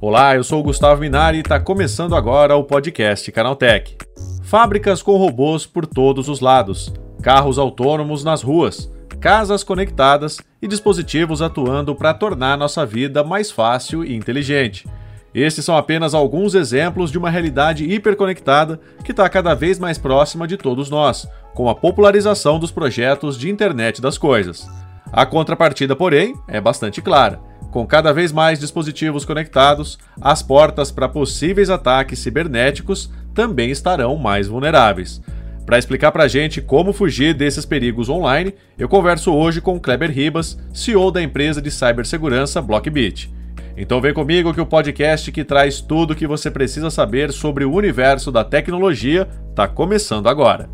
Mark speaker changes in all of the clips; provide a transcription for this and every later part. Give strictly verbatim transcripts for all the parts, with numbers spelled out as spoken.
Speaker 1: Olá, eu sou o Gustavo Minari e está começando agora o podcast Canaltech. Fábricas com robôs por todos os lados, carros autônomos nas ruas, casas conectadas e dispositivos atuando para tornar nossa vida mais fácil e inteligente. Estes são apenas alguns exemplos de uma realidade hiperconectada que está cada vez mais próxima de todos nós, com a popularização dos projetos de internet das coisas. A contrapartida, porém, é bastante clara. Com cada vez mais dispositivos conectados, as portas para possíveis ataques cibernéticos também estarão mais vulneráveis. Para explicar para a gente como fugir desses perigos online, eu converso hoje com Kleber Ribas, C E O da empresa de cibersegurança Blockbit. Então vem comigo que o podcast que traz tudo o que você precisa saber sobre o universo da tecnologia está começando agora.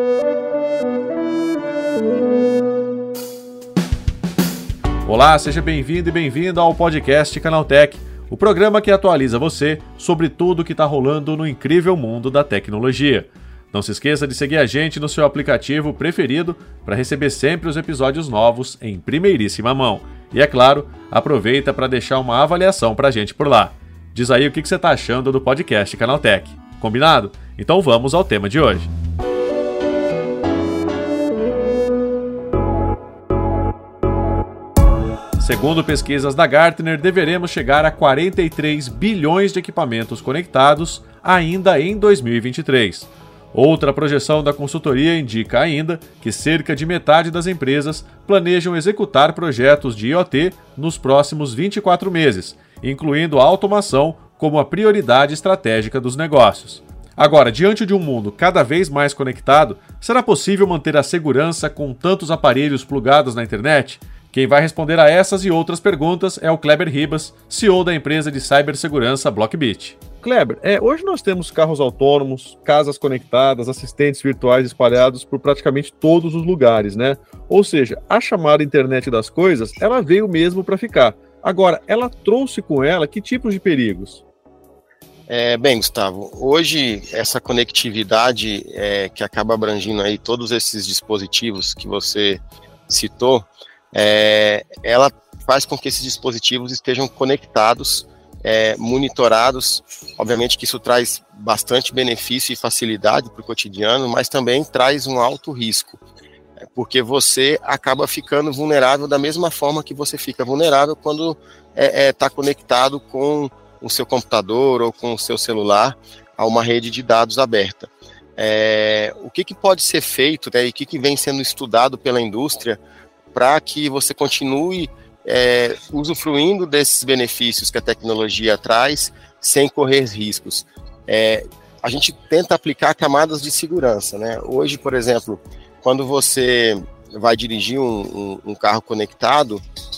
Speaker 1: Olá, seja bem-vindo e bem-vinda ao podcast Canaltech, o programa que atualiza você sobre tudo o que está rolando no incrível mundo da tecnologia. Não se esqueça de seguir a gente no seu aplicativo preferido para receber sempre os episódios novos em primeiríssima mão. E é claro, aproveita para deixar uma avaliação para a gente por lá. Diz aí o que você está achando do podcast Canaltech. Combinado? Então vamos ao tema de hoje. Segundo pesquisas da Gartner, deveremos chegar a quarenta e três bilhões de equipamentos conectados ainda em dois mil e vinte e três. Outra projeção da consultoria indica ainda que cerca de metade das empresas planejam executar projetos de IoT nos próximos vinte e quatro meses, incluindo a automação como a prioridade estratégica dos negócios. Agora, diante de um mundo cada vez mais conectado, será possível manter a segurança com tantos aparelhos plugados na internet? Quem vai responder a essas e outras perguntas é o Kleber Ribas, C E O da empresa de cibersegurança Blockbit. Kleber, é, hoje nós temos carros autônomos, casas conectadas, assistentes virtuais espalhados por praticamente todos os lugares, né? Ou seja, a chamada internet das coisas, ela veio mesmo para ficar. Agora, ela trouxe com ela que tipos de perigos?
Speaker 2: É, bem, Gustavo, hoje essa conectividade é, que acaba abrangindo aí todos esses dispositivos que você citou, é, ela faz com que esses dispositivos estejam conectados, É, monitorados. Obviamente que isso traz bastante benefício e facilidade para o cotidiano, mas também traz um alto risco, porque você acaba ficando vulnerável da mesma forma que você fica vulnerável quando está é, é, tá conectado com o seu computador ou com o seu celular a uma rede de dados aberta. É, o que, que pode ser feito, né, e o que, que vem sendo estudado pela indústria para que você continue É, usufruindo desses benefícios que a tecnologia traz, sem correr riscos. É, a gente tenta aplicar camadas de segurança, né? Hoje, por exemplo, quando você vai dirigir um, um, um carro conectado,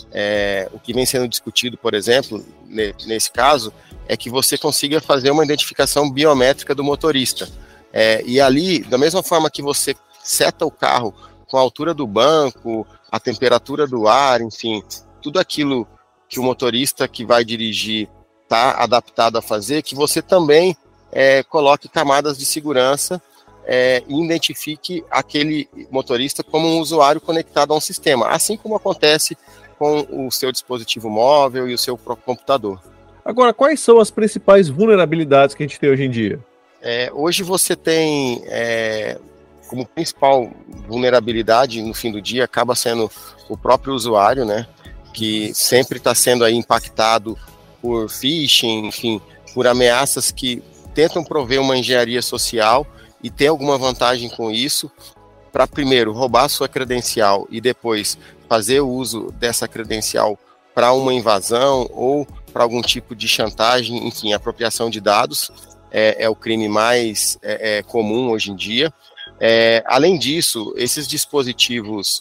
Speaker 2: é, o que vem sendo discutido, por exemplo, ne, nesse caso, é que você consiga fazer uma identificação biométrica do motorista. É, e ali, da mesma forma que você seta o carro com a altura do banco, a temperatura do ar, enfim, tudo aquilo que o motorista que vai dirigir está adaptado a fazer, que você também é, coloque camadas de segurança é, e identifique aquele motorista como um usuário conectado a um sistema, assim como acontece com o seu dispositivo móvel e o seu próprio computador.
Speaker 1: Agora, quais são as principais vulnerabilidades que a gente tem hoje em dia?
Speaker 2: É, hoje você tem é, como principal vulnerabilidade no fim do dia, acaba sendo o próprio usuário, né? Que sempre está sendo aí impactado por phishing, enfim, por ameaças que tentam prover uma engenharia social e ter alguma vantagem com isso, para primeiro roubar sua credencial e depois fazer o uso dessa credencial para uma invasão ou para algum tipo de chantagem, enfim, apropriação de dados, é, é o crime mais é, é, comum hoje em dia. É, além disso, esses dispositivos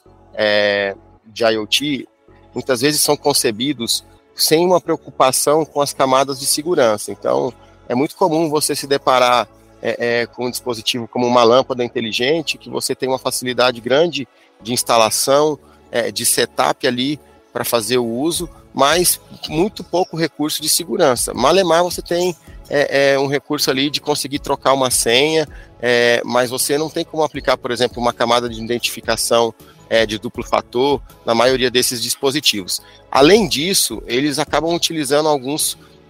Speaker 2: é, de IoT, muitas vezes são concebidos sem uma preocupação com as camadas de segurança. Então, é muito comum você se deparar é, é, com um dispositivo como uma lâmpada inteligente, que você tem uma facilidade grande de instalação, é, de setup ali para fazer o uso, mas muito pouco recurso de segurança. Malemar você tem é, é, um recurso ali de conseguir trocar uma senha, é, mas você não tem como aplicar, por exemplo, uma camada de identificação É, de duplo fator na maioria desses dispositivos. Além disso, eles acabam utilizando alguns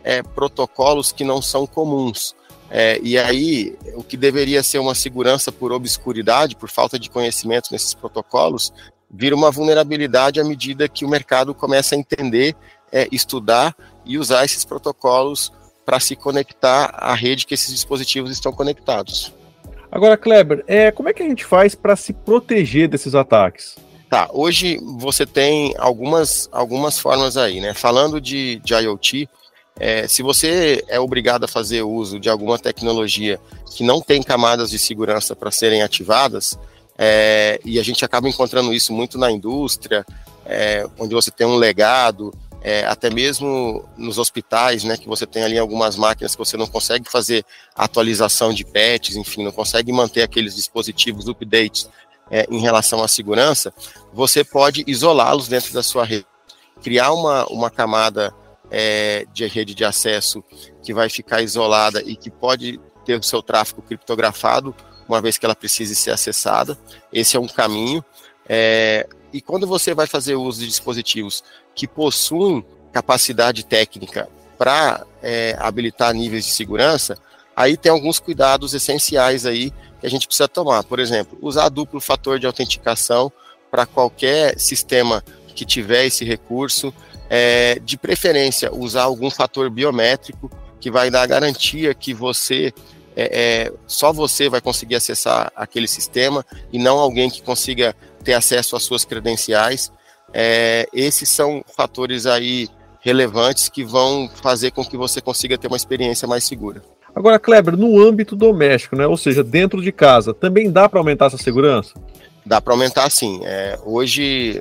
Speaker 2: é, protocolos que não são comuns. É, e aí, o que deveria ser uma segurança por obscuridade, por falta de conhecimento nesses protocolos, vira uma vulnerabilidade à medida que o mercado começa a entender, é, estudar e usar esses protocolos para se conectar à rede que esses dispositivos estão conectados.
Speaker 1: Agora, Kleber, é, como é que a gente faz para se proteger desses ataques?
Speaker 2: Tá, hoje você tem algumas, algumas formas aí, né? Falando de, de IoT, é, se você é obrigado a fazer uso de alguma tecnologia que não tem camadas de segurança para serem ativadas, é, e a gente acaba encontrando isso muito na indústria, é, onde você tem um legado, é, até mesmo nos hospitais, né, que você tem ali algumas máquinas que você não consegue fazer atualização de patches, enfim, não consegue manter aqueles dispositivos updates é, em relação à segurança, você pode isolá-los dentro da sua rede, criar uma, uma camada é, de rede de acesso que vai ficar isolada e que pode ter o seu tráfego criptografado, uma vez que ela precise ser acessada. Esse é um caminho. É, e quando você vai fazer uso de dispositivos que possuem capacidade técnica para é, habilitar níveis de segurança, aí tem alguns cuidados essenciais aí que a gente precisa tomar. Por exemplo, usar duplo fator de autenticação para qualquer sistema que tiver esse recurso, é, de preferência usar algum fator biométrico que vai dar a garantia que você É, é, só você vai conseguir acessar aquele sistema e não alguém que consiga ter acesso às suas credenciais. É, esses são fatores aí relevantes que vão fazer com que você consiga ter uma experiência mais segura.
Speaker 1: Agora, Kleber, no âmbito doméstico, né, ou seja, dentro de casa, também dá para aumentar essa segurança?
Speaker 2: Dá para aumentar, sim. É, hoje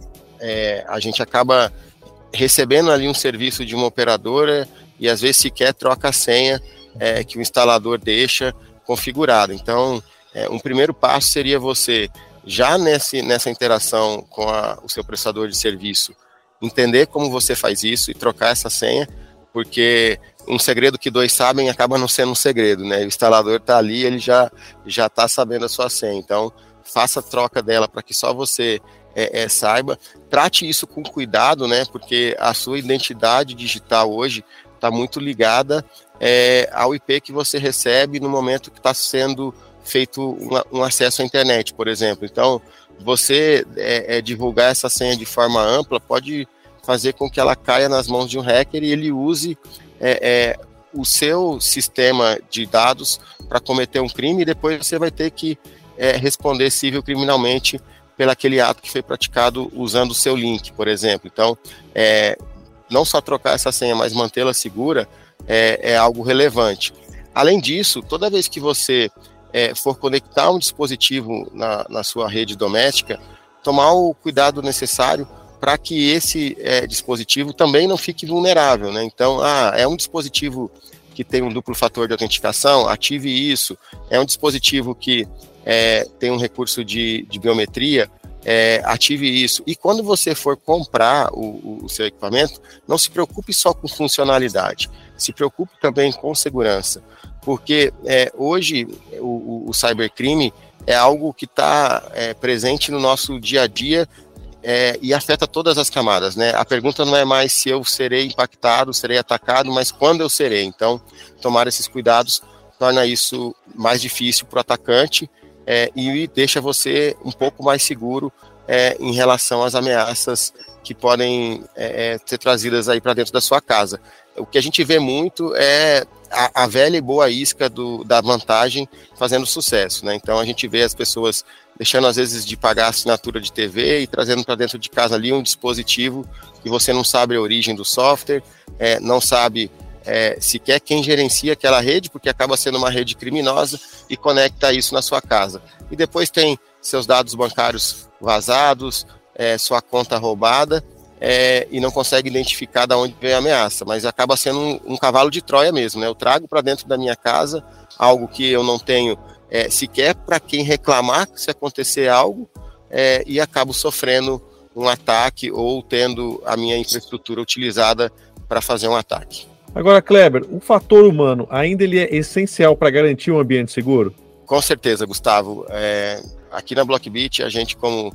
Speaker 2: é, a gente acaba recebendo ali um serviço de uma operadora e às vezes sequer troca a senha É, que o instalador deixa configurado. Então, é, um primeiro passo seria você, já nesse, nessa interação com a, o seu prestador de serviço, entender como você faz isso e trocar essa senha, porque um segredo que dois sabem acaba não sendo um segredo, né? O instalador está ali, ele já já está sabendo a sua senha. Então, faça a troca dela para que só você é, é, saiba. Trate isso com cuidado, né? Porque a sua identidade digital hoje está muito ligada é, ao I P que você recebe no momento que está sendo feito um, um acesso à internet, por exemplo. Então, você é, é, divulgar essa senha de forma ampla pode fazer com que ela caia nas mãos de um hacker e ele use é, é, o seu sistema de dados para cometer um crime, e depois você vai ter que é, responder civil criminalmente pelo aquele ato que foi praticado usando o seu link, por exemplo. Então, é, não só trocar essa senha, mas mantê-la segura é, é algo relevante. Além disso, toda vez que você é, for conectar um dispositivo na, na sua rede doméstica, tomar o cuidado necessário para que esse é, dispositivo também não fique vulnerável, né? Então, ah, é um dispositivo que tem um duplo fator de autenticação, ative isso. É um dispositivo que é, tem um recurso de, de biometria, É, ative isso. E quando você for comprar o, o seu equipamento, não se preocupe só com funcionalidade, se preocupe também com segurança, porque é, hoje o, o cybercrime é algo que está é, presente no nosso dia a dia é, e afeta todas as camadas, né? A pergunta não é mais se eu serei impactado, serei atacado, mas quando eu serei. Então, tomar esses cuidados torna isso mais difícil para o atacante, É, e deixa você um pouco mais seguro é, em relação às ameaças que podem é, ser trazidas aí para dentro da sua casa. O que a gente vê muito é a, a velha e boa isca do, da vantagem fazendo sucesso, né? Então a gente vê as pessoas deixando às vezes de pagar a assinatura de T V e trazendo para dentro de casa ali um dispositivo que você não sabe a origem do software, é, não sabe É, sequer quem gerencia aquela rede, porque acaba sendo uma rede criminosa, e conecta isso na sua casa. E depois tem seus dados bancários vazados, é, sua conta roubada, é, e não consegue identificar de onde vem a ameaça, mas acaba sendo um, um cavalo de Troia mesmo, né? Eu trago para dentro da minha casa algo que eu não tenho é, sequer para quem reclamar se acontecer algo, é, e acabo sofrendo um ataque ou tendo a minha infraestrutura utilizada para fazer um ataque.
Speaker 1: Agora, Kleber, o fator humano ainda ele é essencial para garantir um ambiente seguro?
Speaker 2: Com certeza, Gustavo. É, aqui na Blockbit, a gente como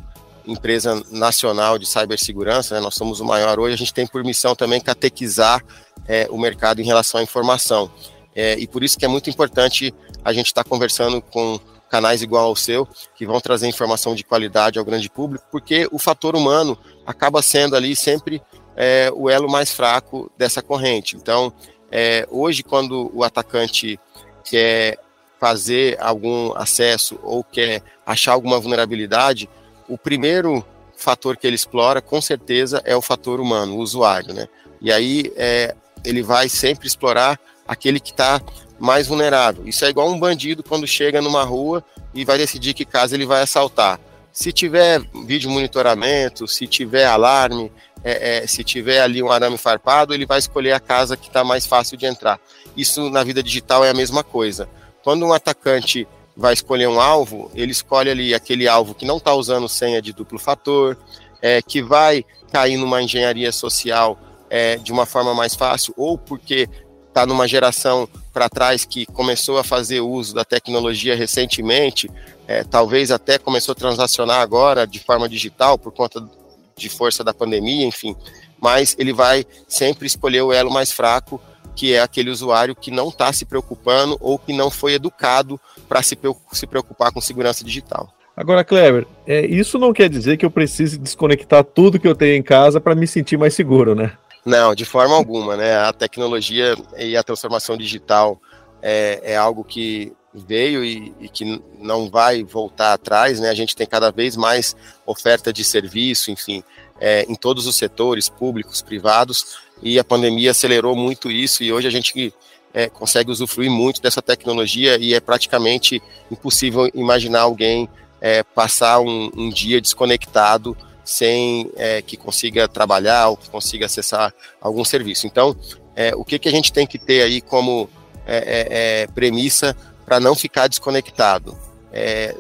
Speaker 2: empresa nacional de cibersegurança, né, nós somos o maior hoje, a gente tem por missão também catequizar é, o mercado em relação à informação. É, e por isso que é muito importante a gente estar tá conversando com canais igual ao seu, que vão trazer informação de qualidade ao grande público, porque o fator humano acaba sendo ali sempre é, o elo mais fraco dessa corrente. Então, é, hoje, quando o atacante quer fazer algum acesso ou quer achar alguma vulnerabilidade, o primeiro fator que ele explora, com certeza, é o fator humano, o usuário, né? E aí, é, ele vai sempre explorar aquele que está mais vulnerável. Isso é igual um bandido quando chega numa rua e vai decidir que casa ele vai assaltar. Se tiver vídeo monitoramento, se tiver alarme, é, é, se tiver ali um arame farpado, ele vai escolher a casa que está mais fácil de entrar. Isso na vida digital é a mesma coisa. Quando um atacante vai escolher um alvo, ele escolhe ali aquele alvo que não está usando senha de duplo fator, é, que vai cair numa engenharia social é, de uma forma mais fácil, ou porque está numa geração para trás que começou a fazer uso da tecnologia recentemente, é, talvez até começou a transacionar agora de forma digital por conta de força da pandemia, enfim, mas ele vai sempre escolher o elo mais fraco, que é aquele usuário que não está se preocupando ou que não foi educado para se, se preocupar com segurança digital.
Speaker 1: Agora, Kleber, é, isso não quer dizer que eu precise desconectar tudo que eu tenho em casa para me sentir mais seguro, né?
Speaker 2: Não, de forma alguma, né? A tecnologia e a transformação digital é, é algo que veio e, e que não vai voltar atrás, né? A gente tem cada vez mais oferta de serviço, enfim, é, em todos os setores, públicos, privados, e a pandemia acelerou muito isso, e hoje a gente é, consegue usufruir muito dessa tecnologia, e é praticamente impossível imaginar alguém é, passar um, um dia desconectado sem é, que consiga trabalhar ou que consiga acessar algum serviço. Então, é, o que, que a gente tem que ter aí como é, é, é, premissa para não ficar desconectado? É,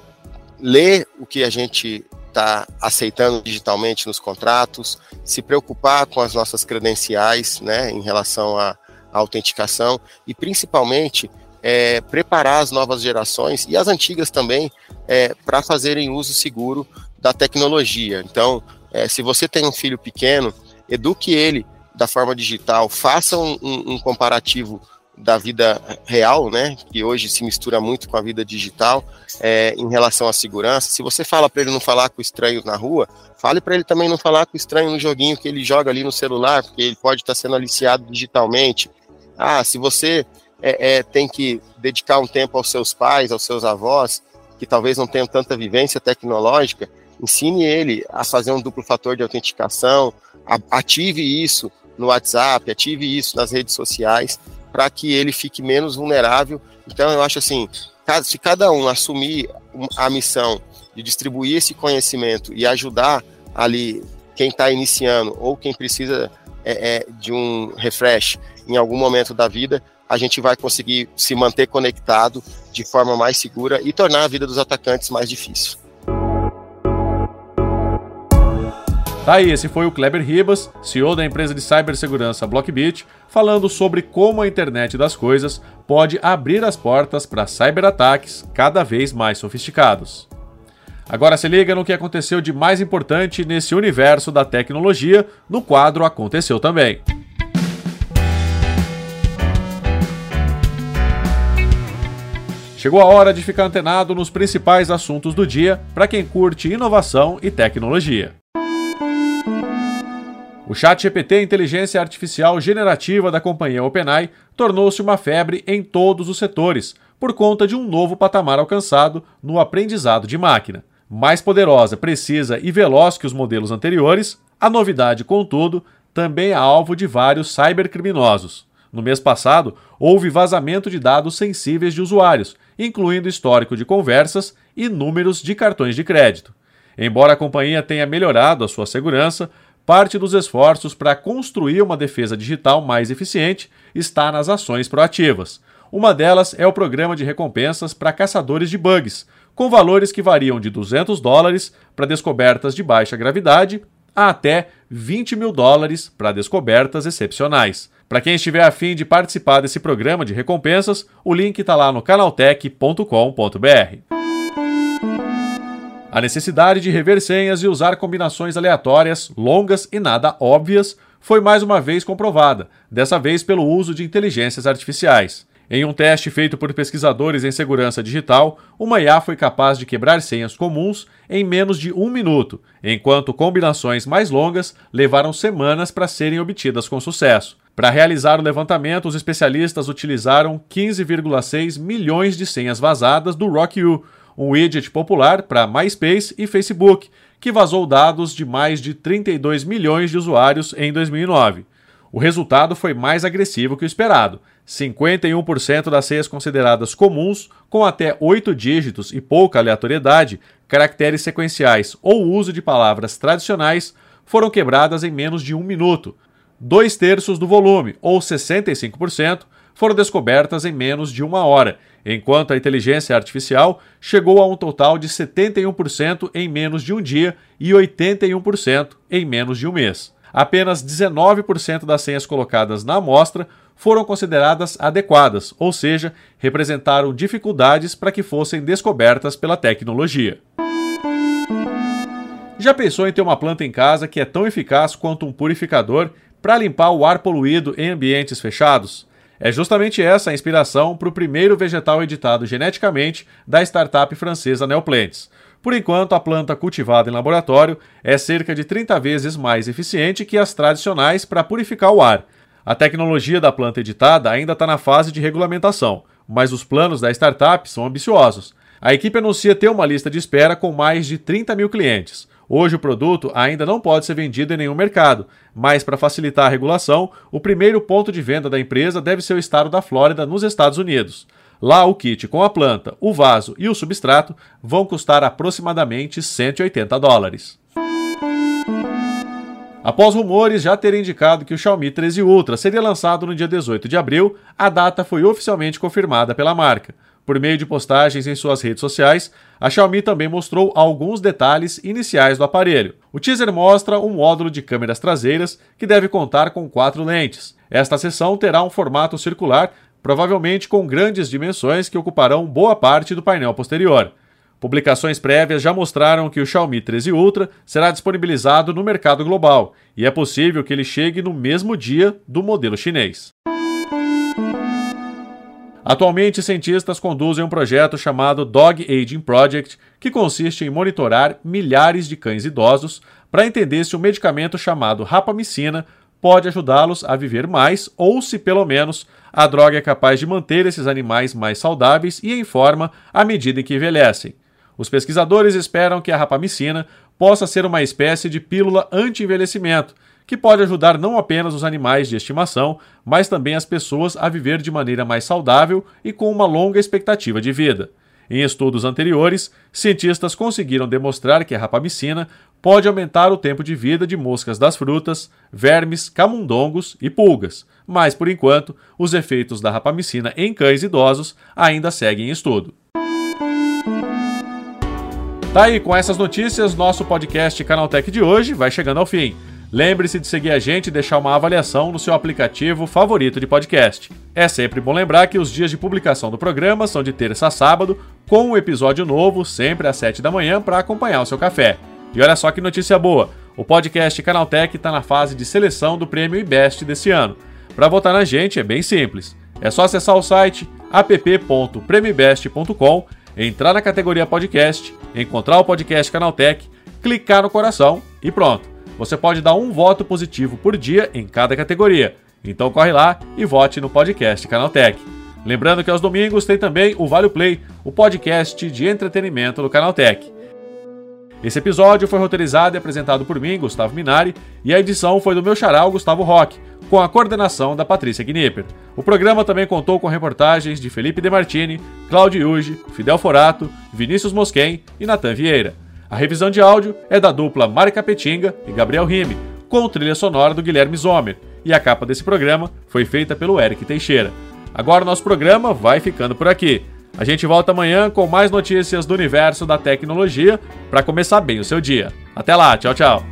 Speaker 2: ler o que a gente está aceitando digitalmente nos contratos, se preocupar com as nossas credenciais, né, em relação à, à autenticação, e principalmente é, preparar as novas gerações e as antigas também é, para fazerem uso seguro da tecnologia. Então, é, se você tem um filho pequeno, eduque ele da forma digital, faça um, um, um comparativo da vida real, né, que hoje se mistura muito com a vida digital, é, em relação à segurança. Se você fala para ele não falar com estranhos na rua, fale para ele também não falar com estranho no joguinho que ele joga ali no celular, porque ele pode estar sendo aliciado digitalmente. Ah, se você é, é, tem que dedicar um tempo aos seus pais, aos seus avós, que talvez não tenham tanta vivência tecnológica, ensine ele a fazer um duplo fator de autenticação, ative isso no WhatsApp, ative isso nas redes sociais, para que ele fique menos vulnerável. Então, eu acho assim, se cada um assumir a missão de distribuir esse conhecimento e ajudar ali quem está iniciando ou quem precisa é, é, de um refresh em algum momento da vida, a gente vai conseguir se manter conectado de forma mais segura e tornar a vida dos atacantes mais difícil.
Speaker 1: Tá aí, esse foi o Kleber Ribas, C E O da empresa de cibersegurança Blockbit, falando sobre como a internet das coisas pode abrir as portas para cyberataques cada vez mais sofisticados. Agora se liga no que aconteceu de mais importante nesse universo da tecnologia no quadro Aconteceu Também. Chegou a hora de ficar antenado nos principais assuntos do dia para quem curte inovação e tecnologia. O ChatGPT, inteligência artificial generativa da companhia OpenAI, tornou-se uma febre em todos os setores, por conta de um novo patamar alcançado no aprendizado de máquina. Mais poderosa, precisa e veloz que os modelos anteriores, a novidade, contudo, também é alvo de vários cybercriminosos. No mês passado, houve vazamento de dados sensíveis de usuários, incluindo histórico de conversas e números de cartões de crédito. Embora a companhia tenha melhorado a sua segurança, parte dos esforços para construir uma defesa digital mais eficiente está nas ações proativas. Uma delas é o programa de recompensas para caçadores de bugs, com valores que variam de duzentos dólares para descobertas de baixa gravidade a até vinte mil dólares para descobertas excepcionais. Para quem estiver a fim de participar desse programa de recompensas, o link está lá no canaltech ponto com ponto b r. A necessidade de rever senhas e usar combinações aleatórias, longas e nada óbvias foi mais uma vez comprovada, dessa vez pelo uso de inteligências artificiais. Em um teste feito por pesquisadores em segurança digital, uma I A foi capaz de quebrar senhas comuns em menos de um minuto, enquanto combinações mais longas levaram semanas para serem obtidas com sucesso. Para realizar o levantamento, os especialistas utilizaram quinze vírgula seis milhões de senhas vazadas do RockYou, um widget popular para MySpace e Facebook, que vazou dados de mais de trinta e dois milhões de usuários em dois mil e nove. O resultado foi mais agressivo que o esperado. cinquenta e um por cento das senhas consideradas comuns, com até oito dígitos e pouca aleatoriedade, caracteres sequenciais ou uso de palavras tradicionais, foram quebradas em menos de um minuto. Dois terços do volume, ou sessenta e cinco por cento, foram descobertas em menos de uma hora, enquanto a inteligência artificial chegou a um total de setenta e um por cento em menos de um dia e oitenta e um por cento em menos de um mês. Apenas dezenove por cento das senhas colocadas na amostra foram consideradas adequadas, ou seja, representaram dificuldades para que fossem descobertas pela tecnologia. Já pensou em ter uma planta em casa que é tão eficaz quanto um purificador para limpar o ar poluído em ambientes fechados? É justamente essa a inspiração para o primeiro vegetal editado geneticamente da startup francesa Neoplantes. Por enquanto, a planta cultivada em laboratório é cerca de trinta vezes mais eficiente que as tradicionais para purificar o ar. A tecnologia da planta editada ainda está na fase de regulamentação, mas os planos da startup são ambiciosos. A equipe anuncia ter uma lista de espera com mais de trinta mil clientes. Hoje o produto ainda não pode ser vendido em nenhum mercado, mas para facilitar a regulação, o primeiro ponto de venda da empresa deve ser o estado da Flórida, nos Estados Unidos. Lá, o kit com a planta, o vaso e o substrato vão custar aproximadamente cento e oitenta dólares. Após rumores já terem indicado que o Xiaomi treze Ultra seria lançado no dia dezoito de abril, a data foi oficialmente confirmada pela marca. Por meio de postagens em suas redes sociais, a Xiaomi também mostrou alguns detalhes iniciais do aparelho. O teaser mostra um módulo de câmeras traseiras que deve contar com quatro lentes. Esta seção terá um formato circular, provavelmente com grandes dimensões que ocuparão boa parte do painel posterior. Publicações prévias já mostraram que o Xiaomi treze Ultra será disponibilizado no mercado global e é possível que ele chegue no mesmo dia do modelo chinês. Atualmente, cientistas conduzem um projeto chamado Dog Aging Project, que consiste em monitorar milhares de cães idosos para entender se um medicamento chamado rapamicina pode ajudá-los a viver mais ou se, pelo menos, a droga é capaz de manter esses animais mais saudáveis e em forma à medida em que envelhecem. Os pesquisadores esperam que a rapamicina possa ser uma espécie de pílula anti-envelhecimento, que pode ajudar não apenas os animais de estimação, mas também as pessoas a viver de maneira mais saudável e com uma longa expectativa de vida. Em estudos anteriores, cientistas conseguiram demonstrar que a rapamicina pode aumentar o tempo de vida de moscas das frutas, vermes, camundongos e pulgas, mas, por enquanto, os efeitos da rapamicina em cães idosos ainda seguem em estudo. Tá aí, com essas notícias, nosso podcast Canaltech de hoje vai chegando ao fim. Lembre-se de seguir a gente e deixar uma avaliação no seu aplicativo favorito de podcast. É sempre bom lembrar que os dias de publicação do programa são de terça a sábado, com um episódio novo sempre às sete da manhã para acompanhar o seu café. E olha só que notícia boa, o podcast Canaltech está na fase de seleção do Prêmio iBest desse ano. Para votar na gente é bem simples, é só acessar o site app ponto premio ibest ponto com, entrar na categoria podcast, encontrar o podcast Canaltech, clicar no coração e pronto. Você pode dar um voto positivo por dia em cada categoria. Então corre lá e vote no podcast Canaltech. Lembrando que aos domingos tem também o Vale Play, o podcast de entretenimento do Canaltech. Esse episódio foi roteirizado e apresentado por mim, Gustavo Minari, e a edição foi do meu xará, Gustavo Roque, com a coordenação da Patrícia Gnipper. O programa também contou com reportagens de Felipe De Martini, Cláudio Uge, Fidel Forato, Vinícius Mosquen e Natan Vieira. A revisão de áudio é da dupla Mari Capetinga e Gabriel Rime, com trilha sonora do Guilherme Zomer, e a capa desse programa foi feita pelo Eric Teixeira. Agora o nosso programa vai ficando por aqui. A gente volta amanhã com mais notícias do universo da tecnologia para começar bem o seu dia. Até lá, tchau, tchau!